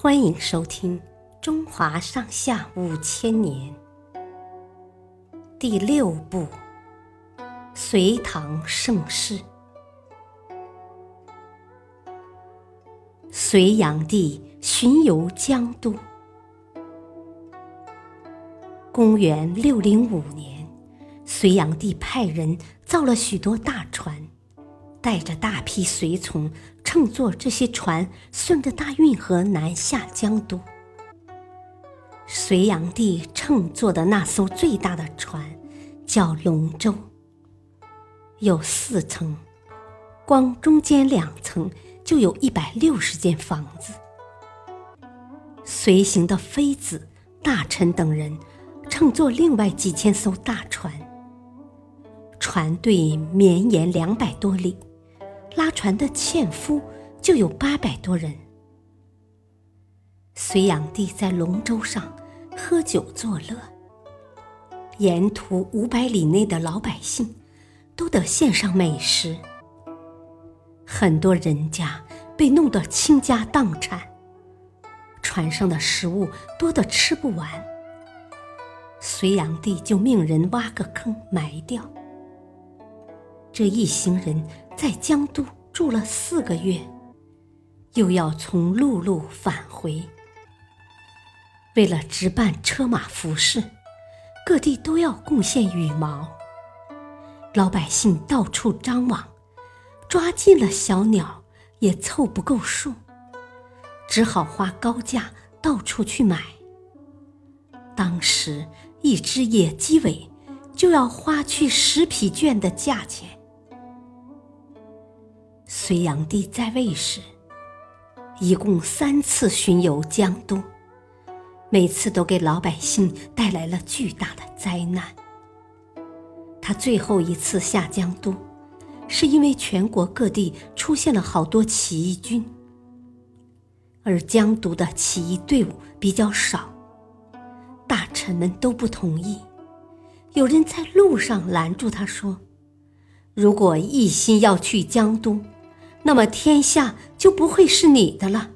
欢迎收听《中华上下5000年》第6部《隋唐盛世》。隋炀帝巡游江都。公元605年，隋炀帝派人造了许多大船，带着大批随从，乘坐这些船顺着大运河南下江都。隋炀帝乘坐的那艘最大的船叫龙舟，有4层，光中间2层就有160间房子。随行的妃子、大臣等人乘坐另外几千艘大船，船队绵延200多里，拉船的纤夫就有800多人。隋炀帝在龙舟上喝酒作乐，沿途500里内的老百姓都得献上美食，很多人家被弄得倾家荡产，船上的食物多得吃不完。隋炀帝就命人挖个坑埋掉。这一行人在江都住了4个月，又要从陆路返回。为了置办车马服饰，各地都要贡献羽毛。老百姓到处张网，抓尽了小鸟也凑不够数，只好花高价到处去买。当时一只野鸡尾就要花去10匹绢的价钱。隋炀帝在位时，一共3次巡游江都，每次都给老百姓带来了巨大的灾难。他最后一次下江都，是因为全国各地出现了好多起义军，而江都的起义队伍比较少，大臣们都不同意。有人在路上拦住他说，如果一心要去江都，那么天下就不会是你的了。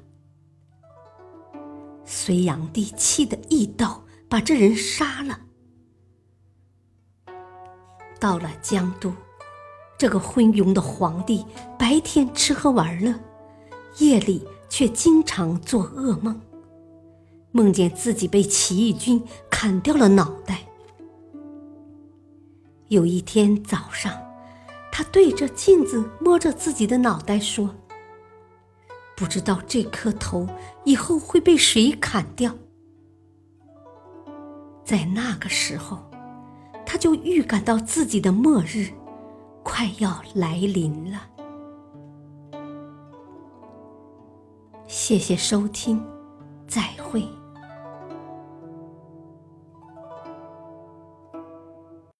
隋炀帝气得一刀把这人杀了。到了江都，这个昏庸的皇帝白天吃喝玩乐，夜里却经常做噩梦，梦见自己被起义军砍掉了脑袋。有一天早上，他对着镜子摸着自己的脑袋说，不知道这颗头以后会被谁砍掉。在那个时候，他就预感到自己的末日快要来临了。谢谢收听，再会。